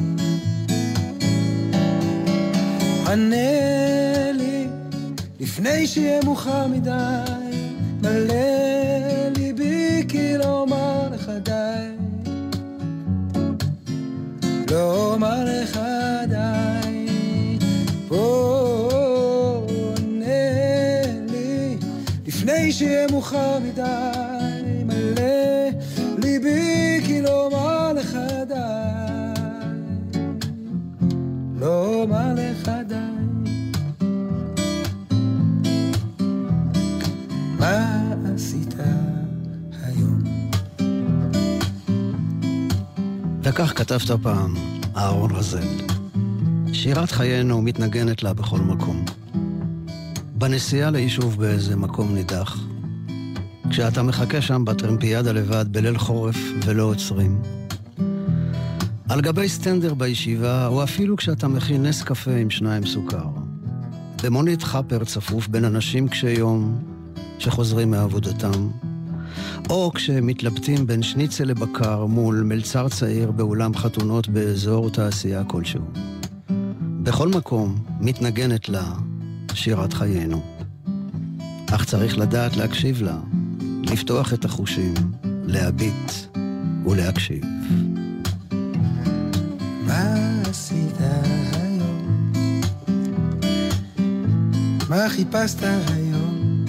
ענה לי לפני שיהיה מאוחר מדי, מלא ליבי כי לא אומר לך די, לא אומר לך די. ענה לי לפני שיהיה מאוחר מדי, מלא ליבי כי לא אומר לך די, לא אומר לך די. מה עשית היום? וכך כתבת פעם אהרון רזל. שירת חיינו מתנגנת לה בכל מקום. בנסיעה ליישוב באיזה מקום נידח. כשאתה מחכה שם בטרמפיאדה לבד בליל חורף ולא עוצרים. על גבי סטנדר בישיבה, או אפילו כשאתה מכין נס קפה עם 2 סוכר. במונית חפר צפוף בין אנשים קשי יום שחוזרים מעבודתם. או כשמתלבטים בין שניצל לבקר מול מלצר צעיר באולם חתונות באזור תעשייה כלשהו. בכל מקום מתנגנת לה שירת חיינו. אך צריך לדעת להקשיב לה, לפתוח את החושים, להביט ולהקשיב. מה עשית היום? מה חיפשת היום?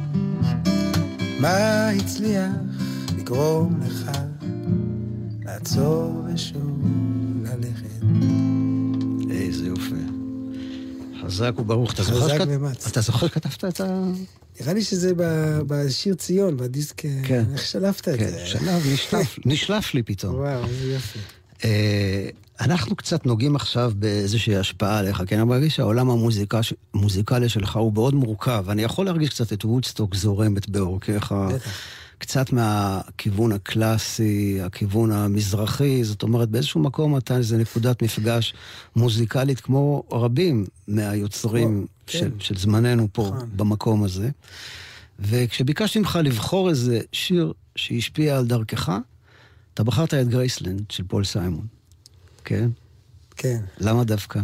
מה הצליח לגרום לך לעצור ושוב ללכת? איזה יופי. חזק וברוך. חזק ומץ. אתה זוכר כתבת את ה... נראה לי שזה בשיר ציון, בדיסק, כן. איך שלפת את זה? כן, נשלף לי פתאום. וואו, איזה יופי. אנחנו קצת נוגעים עכשיו באיזושהי השפעה עליך, כי אני מרגיש שהעולם המוזיקלי שלך הוא מאוד מורכב. אני יכול להרגיש קצת את וודסטוק זורמת בעורקיך, קצת מהכיוון הקלאסי, הכיוון המזרחי, זאת אומרת, באיזשהו מקום אתה איזו נקודת מפגש מוזיקלית, כמו רבים מהיוצרים של זמננו פה, במקום הזה. וכשביקשתי ממך לבחור איזה שיר שהשפיע על דרכך, אתה בחרת את גרייסלנד של פול סיימון. כן? כן. למה דווקא?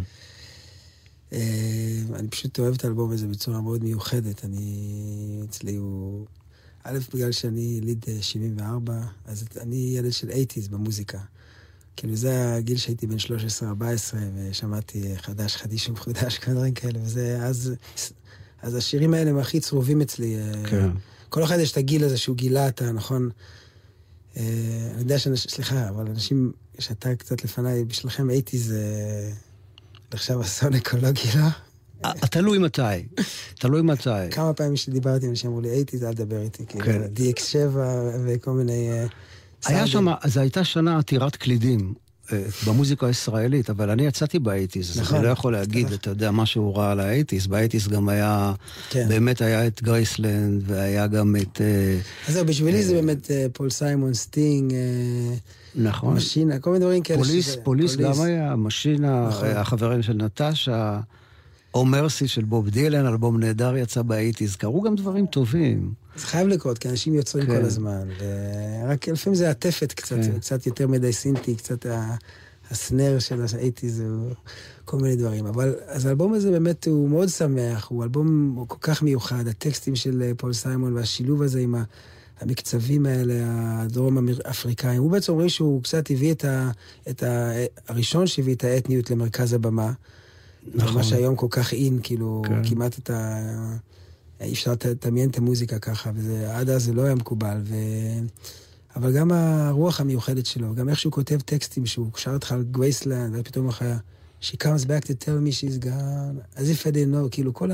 אני פשוט אוהב את האלבום הזה בצורה מאוד מיוחדת. אצלי א', בגלל שאני יליד 74, אז אני ילד של 80s במוזיקה. כאילו זה הגיל שהייתי בן 13-14, ושמעתי חדיש ומחודש, כל דברים כאלה, וזה, אז השירים האלה הם הכי צרובים אצלי. כן. כל אחד יש את הגיל הזה שהוא גילה, אתה נכון? אני יודע סליחה, אבל אנשים שאתה קצת לפניי, בשבילכם 80s זה עכשיו הסונק או לא גילה? תלוי מתי. כמה פעמים שדיברתי עם אנשים אמרו לי 80s, אל תדבר איתי, כאילו DX7 וכל מיני... היה שם, אז הייתה שנה עתירת קלידים במוזיקה הישראלית, אבל אני יצאתי ב-80s, אז אני לא יכול להגיד, אתה יודע, משהו רע על ה-80s, ב-80s גם היה, באמת היה את גרייסלנד, והיה גם את... אז זהו, בשבילי זה באמת פול סיימון, סטינג, נכון. משינה, כל מיני דברים כאלה. פוליס גם היה, משינה, החברים של נטשה, או מרסי של בוב דילן, אלבום נהדר יצא ב-80s, קראו גם דברים טובים. זה חייב לקרות, כי אנשים יוצרים כל הזמן, ורק לפעמים זה עטפת קצת יותר מדי סינטי, קצת הסנר של ה-80s, כל מיני דברים. אבל אז האלבום הזה באמת הוא מאוד שמח, הוא אלבום כל כך מיוחד, הטקסטים של פול סיימון והשילוב הזה עם המקצבים האלה, הדרום אפריקאים, הוא בעצם אומרים שהוא קצת הביא הראשון שהביא את האתניות למרכז הבמה, מה שהיום כל כך אין, כאילו כמעט אי אפשר לתמיין את המוזיקה ככה, ועד אז זה לא היה מקובל, אבל גם הרוח המיוחדת שלו, גם איך שהוא כותב טקסטים, שהוא שר אותך על גרייסלנד, ופתאום אחרי, she comes back to tell me she's gone, as if I didn't know, כאילו כל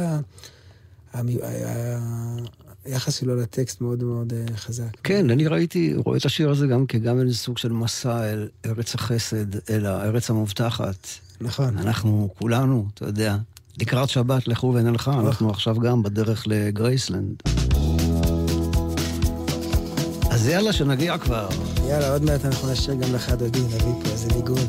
היחס שלו לטקסט מאוד מאוד חזק. כן, אני רואה את השיר הזה גם כגם איזה סוג של מסע אל ארץ החסד, אל הארץ המובטחת. נכון. אנחנו כולנו, אתה יודע, לקראת שבת לכו ונלכה, אנחנו עכשיו גם בדרך לגרייסלנד. אז יאללה, שנגיע כבר. יאללה, עוד מעט אנחנו נשאר גם לך דודי, נביא פה איזה ניגון.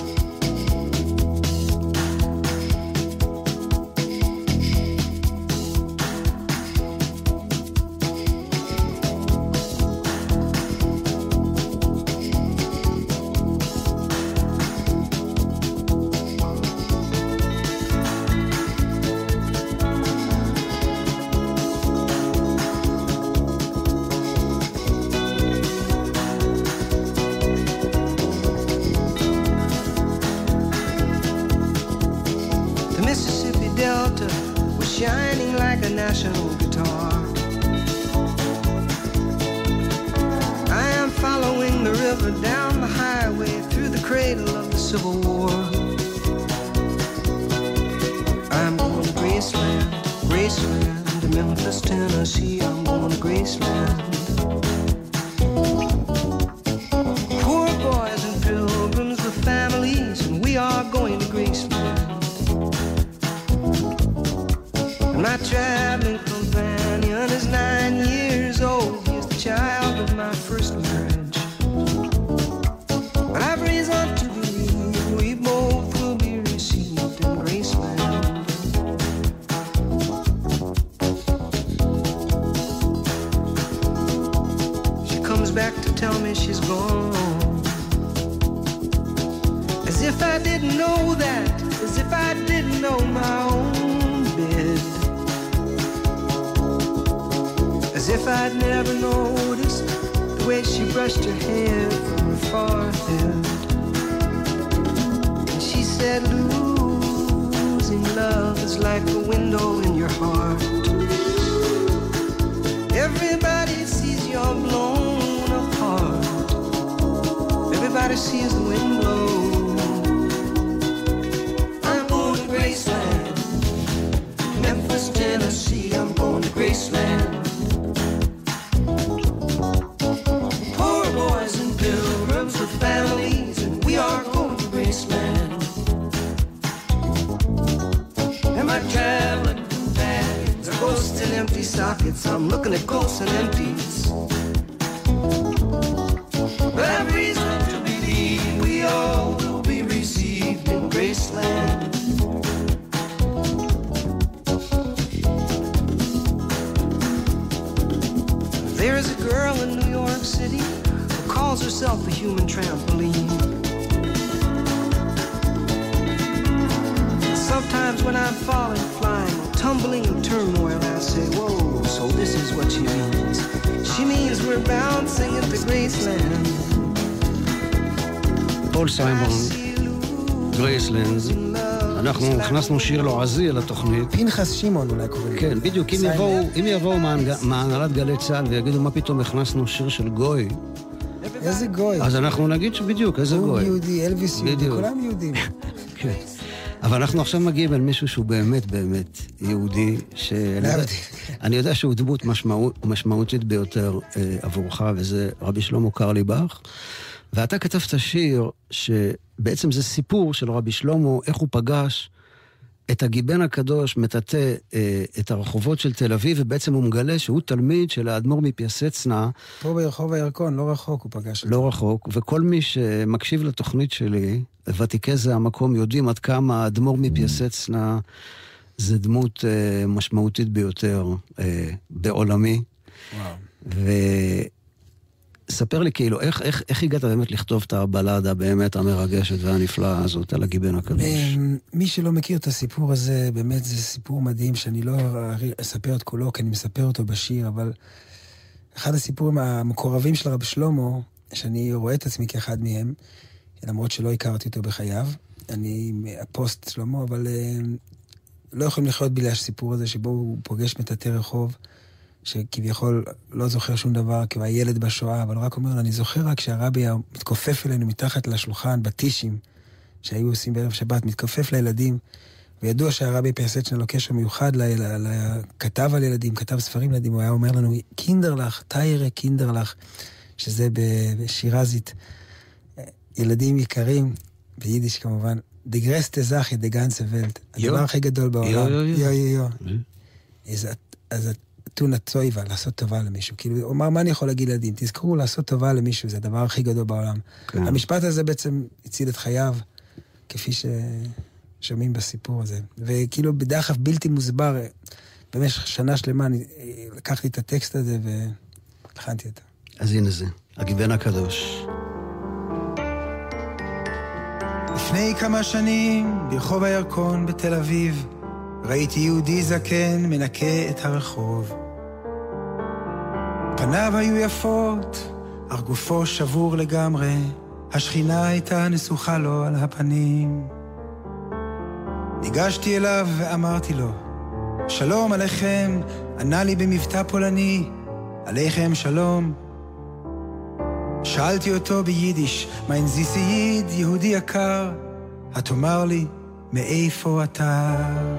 I'm looking at ghosts and empties. But I have reason to believe we all will be received in Graceland. There is a girl in New York City who calls herself a human trampoline. Sometimes when I'm falling, flying, tumbling in turmoil, I say, whoa, so this is what she means. homeward bound singing to Graceland. פול סיימון, גרייסלנד. אנחנו הכנסנו שיר לועזי על התוכנית. פנחס שמעון אולי קוראים. כן, בדיוק. אם יבואו מהנהלת גלי צה"ל ויגידו מה פתאום הכנסנו שיר של גוי. איזה גוי? אז אנחנו נגיד שבדיוק, איזה גוי. הוא יהודי, אלוויס יהודי, כולם יהודים. כן. אבל אנחנו עכשיו מגיעים אל מישהו שהוא באמת באמת יהודי, שאני יודע שהוא דמות משמעותית ביותר עבורך, וזה רבי שלמה קרליבך. ואתה כתבת שיר שבעצם זה סיפור של רבי שלמה, איך הוא פגש את הגיבן הקדוש, מטאטא את הרחובות של תל אביב, ובעצם הוא מגלה שהוא תלמיד של האדמו"ר מפיאסצנה. פה ברחוב הירקון, לא רחוק הוא פגש. לא רחוק, וכל מי שמקשיב לתוכנית שלי, ותיקי זה המקום, יודעים עד כמה האדמו"ר מפיאסצנה זה דמות משמעותית ביותר בעולמי. וואו. ספר לי כאילו, איך הגעת באמת לכתוב את הבלדה באמת המרגשת והנפלאה הזאת על הגיבן הקדוש? מי שלא מכיר את הסיפור הזה, באמת זה סיפור מדהים שאני לא אספר את כולו, כי אני מספר אותו בשיר, אבל אחד הסיפורים המקורבים של רב שלמה, שאני רואה את עצמי כאחד מהם, למרות שלא הכרתי אותו בחייו, אני הפוסט שלמה, אבל לא יכולים לחיות בלי הסיפור הזה, שבו הוא פוגש מטאטא רחוב, שכביכול לא זוכר שום דבר, כי הוא היה ילד בשואה, אבל רק אומר, אני זוכר רק שהרבי מתכופף אלינו מתחת לשולחן, בטישים, שהיו עושים בערב שבת, מתכופף לילדים, וידוע שהרבי פיאסצנה לו קשר מיוחד, כתב על ילדים, כתב ספרים לילדים, הוא היה אומר לנו, קינדרלך, טיירה קינדרלך, שזה בשירזית, ילדים יקרים, ביידיש כמובן, דגרסטה זכי, דגנצה ולט, הדבר הכי גדול בעולם. יו. אז תונה צויבה, לעשות טובה למישהו. כאילו, הוא אמר, מה אני יכול להגיד לילדים? תזכרו, לעשות טובה למישהו, זה הדבר הכי גדול בעולם. כן. המשפט הזה בעצם הציל את חייו, כפי ששומעים בסיפור הזה. וכאילו, בדחף בלתי מוסבר, במשך שנה שלמה, אני לקחתי את הטקסט הזה ולחנתי אותו. אז הנה זה, הגיבן הקדוש. לפני כמה שנים, ברחוב הירקון בתל אביב, ראיתי יהודי זקן מנקה את הרחוב. פניו היו יפות, אך גופו שבור לגמרי, השכינה הייתה נסוכה לו על הפנים. ניגשתי אליו ואמרתי לו, שלום עליכם, ענה לי במבטא פולני, עליכם שלום. שאלתי אותו ביידיש, מיין זיסייד, יהודי יקר, התאמר לי, מאיפה אתה?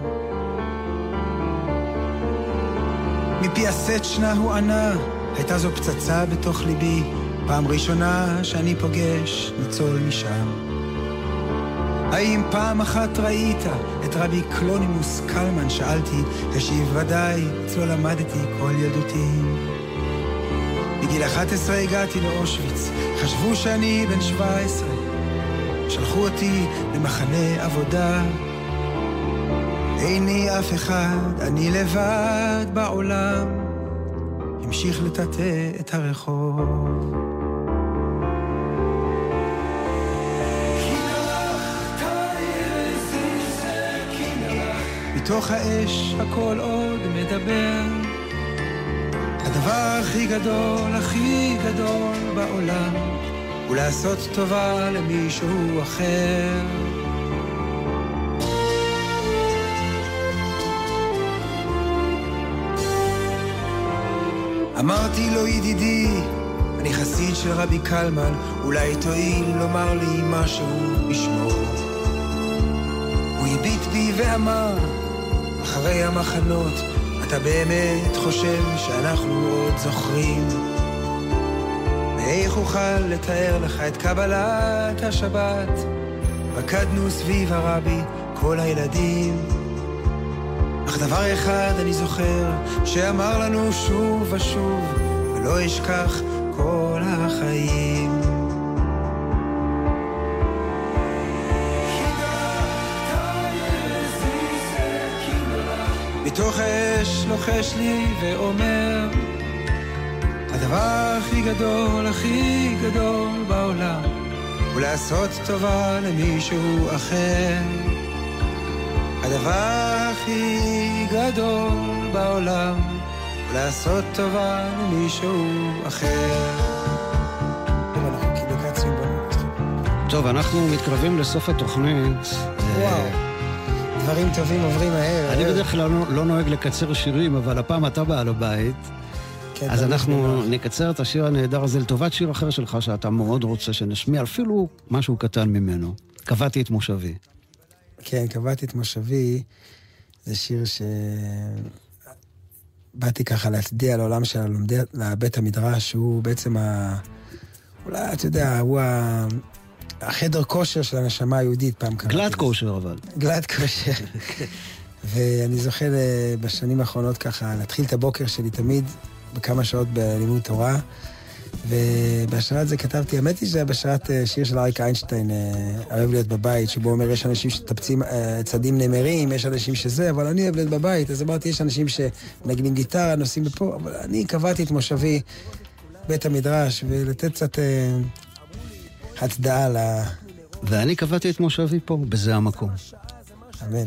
מפיאסצנה הוא ענה, הייתה זו פצצה בתוך ליבי, פעם ראשונה שאני פוגש ניצול משם. האם פעם אחת ראית את רבי קלונימוס קלמן? שאלתי, השיב ודאי, אצלו למדתי כל ילדותי. בגיל 11 הגעתי לאושוויץ, חשבו שאני בן 17, שלחו אותי למחנה עבודה. איני אף אחד, אני לבד בעולם, המשיך לטאטא את הרחוב. מתוך האש הכל עוד מדבר, הדבר הכי גדול בעולם, הוא לעשות טובה למישהו אחר. אמרתי לו, ידידי, אני חסיד של רבי קלמן, אולי תועיל לומר לי משהו בשמו. הוא הביט בי ואמר, אחרי המחנות, אתה באמת חושב שאנחנו עוד זוכרים? ואיך אוכל לתאר לך את קבלת השבת? רקדנו סביב הרבי כל הילדים, אך דבר אחד אני זוכר, שאמר לנו שוב ושוב, ולא אשכח כל החיים. מתוך האש לוחש לי ואומר, הדבר הכי גדול בעולם, הוא לעשות טובה למישהו אחר. הדבר הכי גדול בעולם, לעשות טובה למישהו אחר. טוב, אנחנו מתקרבים לסוף התוכנית. וואו, דברים טובים עוברים מהר. אני בדרך כלל לא נוהג לקצר שירים, אבל הפעם אתה בעל הבית. אז אנחנו נקצר את השיר הנהדר הזה לטובת שיר אחר שלך, שאתה מאוד רוצה שנשמיע, אפילו משהו קטן ממנו. קבעתי את מושבי. כן, קבעתי את מושבי. זה שיר באתי ככה להצדיע לעולם של הלומדי, לבית המדרש, שהוא בעצם אולי, אתה יודע, הוא החדר כושר של הנשמה היהודית פעם קראתי. גלד כושר אבל. גלד כושר. ואני זוכר בשנים האחרונות ככה, להתחיל את הבוקר שלי תמיד בכמה שעות בלימוד תורה, ובהשראת זה כתבתי, האמת היא שזה בהשראת שיר של אריק איינשטיין, אוהב להיות בבית, שבו אומר, יש אנשים שטפצים צדים נמרים, יש אנשים שזה, אבל אני אוהב להיות בבית, אז אמרתי, יש אנשים שנגנים גיטרה, נוסעים בפה, אבל אני קבעתי את מושבי, בית המדרש, ולתת קצת הצדעה ואני קבעתי את מושבי פה, בזה המקום. אמן.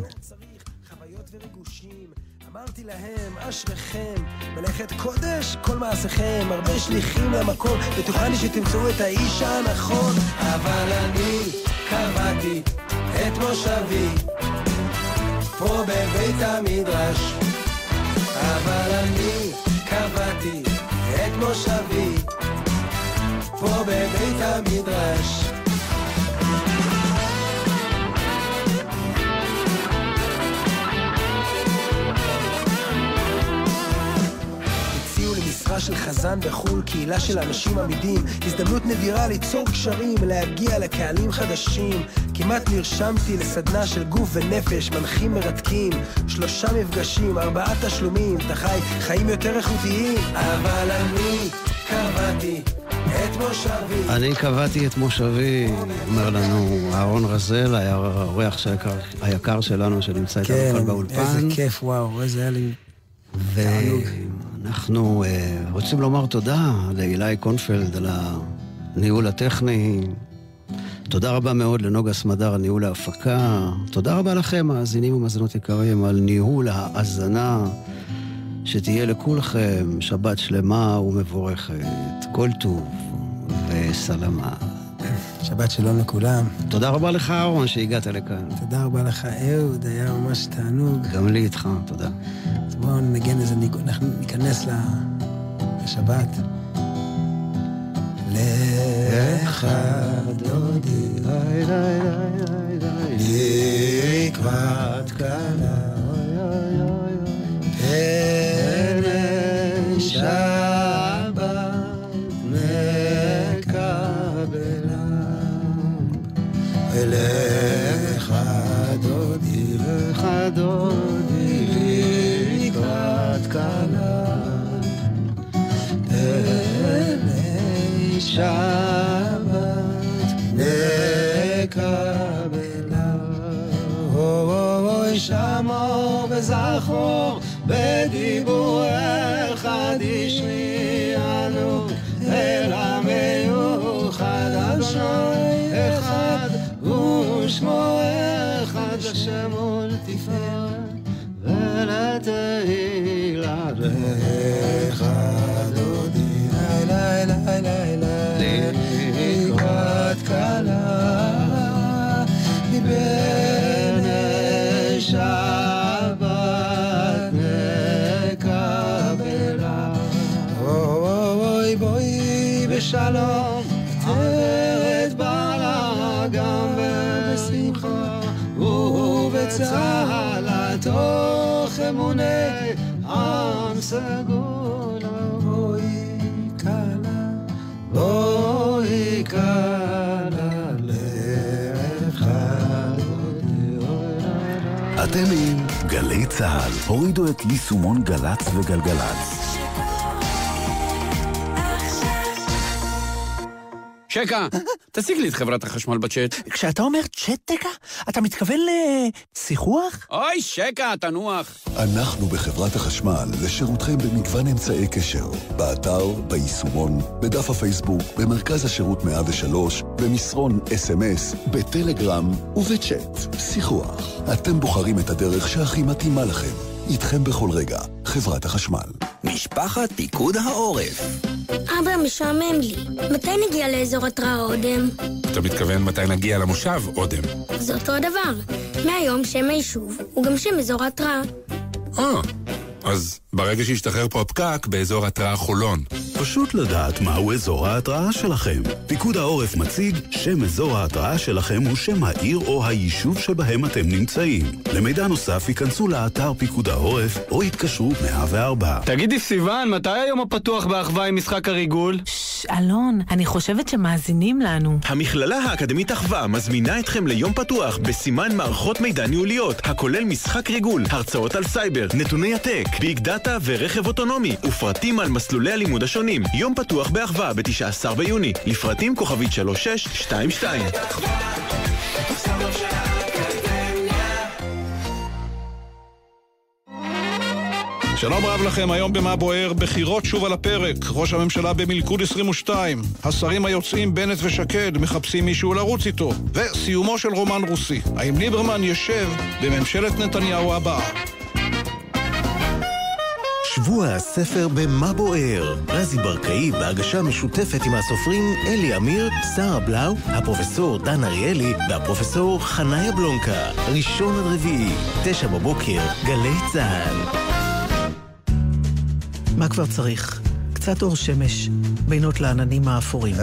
אמרתי להם, אשריכם, מלאכת קודש, כל מעשיכם, הרבה שליחים למקום, בטוחני שתמצאו את האיש הנכון, אבל אני קבעתי את מושבי, פה בבית המדרש, אבל אני קבעתי את מושבי, פה בבית המדרש. משרה של חזן בחול, קהילה של אנשים עמידים, הזדמנות נדירה ליצור קשרים, להגיע לקהלים חדשים. כמעט נרשמתי לסדנה של גוף ונפש, מנחים מרתקים, 3 מפגשים, 4 תשלומים, אתה חי חיים יותר איכותיים, אבל אני קבעתי את מושבי. אני קבעתי את מושבי, אומר לנו אהרון רזל, האורח היקר שלנו שנמצא איתנו כאן באולפן. כן, איזה כיף, וואו, איזה היה לי תענוג. אנחנו רוצים לומר תודה לאילי קונפלד על הניהול הטכני. תודה רבה מאוד לנוגה סמדר על ניהול ההפקה. תודה רבה לכם, מאזינים ומאזינות יקרים, על ניהול ההאזנה. שתהיה לכולכם שבת שלמה ומבורכת. כל טוב וסלמה. שבת שלום לכולם. תודה רבה לך, אהרון, שהגעת לכאן. תודה רבה לך, אהוד, היה ממש תענוג. גם לי איתך, תודה. אז בואו נגן איזה ניגון, אנחנו ניכנס לשבת. לך דודי, לקראת קלה, פני שבת מקבלה, לך דודי, לקראת קלה, פני שבת מקבלה. אוי שמור וזכור בדיבורך תשמיענו אל המיוחד אדוני אחד ושמו אחד לשמו לתפארת ולתהילה לך דודי לקראת קלה מבני שבת נקבלה. אוי בואי בשלום עטרת בעלה גם בשמחה ובצהלה תוך אמוני עם סגולה. בואי קלה, בואי קלה לך. אתם עם גלי צהל. הורידו את יישומון גלץ וגלגלץ. שקה, תשיג לי את חברת החשמל בצ'אט. כשאתה אומר צ'אט-טקה, אתה מתכוון לשיחוח? אוי, שקה, תנוח. אנחנו בחברת החשמל לשירותכם במגוון אמצעי קשר. באתר, ביישומון, בדף הפייסבוק, במרכז השירות 103, במסרון SMS, בטלגרם ובצ'אט. שיחוח. אתם בוחרים את הדרך שהכי מתאימה לכם. איתכם בכל רגע, חברת החשמל. משפחת פיקוד העורף. אבא, משעמם לי. מתי נגיע לאזור התראה אודם? אתה מתכוון מתי נגיע למושב אודם? זה אותו דבר. מהיום שם היישוב הוא גם שם אזור התראה. אז ברגע שישתחרר פה הפקק באזור התראה חולון. פשוט לדעת מהו אזור ההתראה שלכם. פיקוד העורף מציג שם אזור ההתראה שלכם הוא שם העיר או היישוב שבהם אתם נמצאים. למידע נוסף ייכנסו לאתר פיקוד העורף או יתקשרו 104. תגידי סיוון, מתי היום הפתוח באחווה עם משחק הריגול? אלון, אני חושבת שמאזינים לנו. המכללה האקדמית אחווה מזמינה אתכם ליום פתוח בסימן מערכות מידע ניהוליות, הכולל משחק ריגול, הרצאות על סייבר, נתוני עתק, ביג דאטה ורכב אוטונומי, ופרטים על מסלולי הלימוד השונים. יום פתוח באחווה ב-19 ביוני. לפרטים כוכבית 3622. שלום רב לכם, היום במה בוער, בחירות שוב על הפרק, ראש הממשלה במלכוד 22, השרים היוצאים בנט ושקד מחפשים מישהו לרוץ איתו, וסיומו של רומן רוסי, האם ליברמן ישב בממשלת נתניהו הבאה. שבוע הספר במה בוער, רזי ברקאי בהגשה משותפת עם הסופרים אלי אמיר, שרה בלאו, הפרופסור דן אריאלי והפרופסור חניה בלונקה. ראשון עד רביעי, 9 בבוקר, גלי צהל. מה כבר צריך? קצת אור שמש, בינות לעננים האפורים.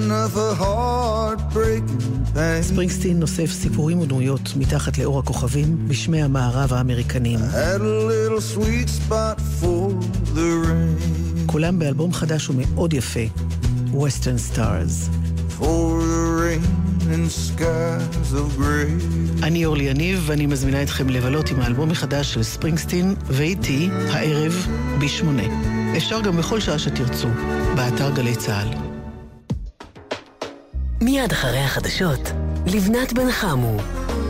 ספרינגסטין נוסף סיפורים ודמויות מתחת לאור הכוכבים בשמי המערב האמריקנים. כולם באלבום חדש ומאוד יפה, Western Stars. אני אורלי יניב ואני מזמינה אתכם לבלות עם האלבום החדש של ספרינגסטין ואיתי הערב ב8. אפשר גם בכל שעה שתרצו, באתר גלי צהל. מיד אחרי החדשות, לבנת בן חמו.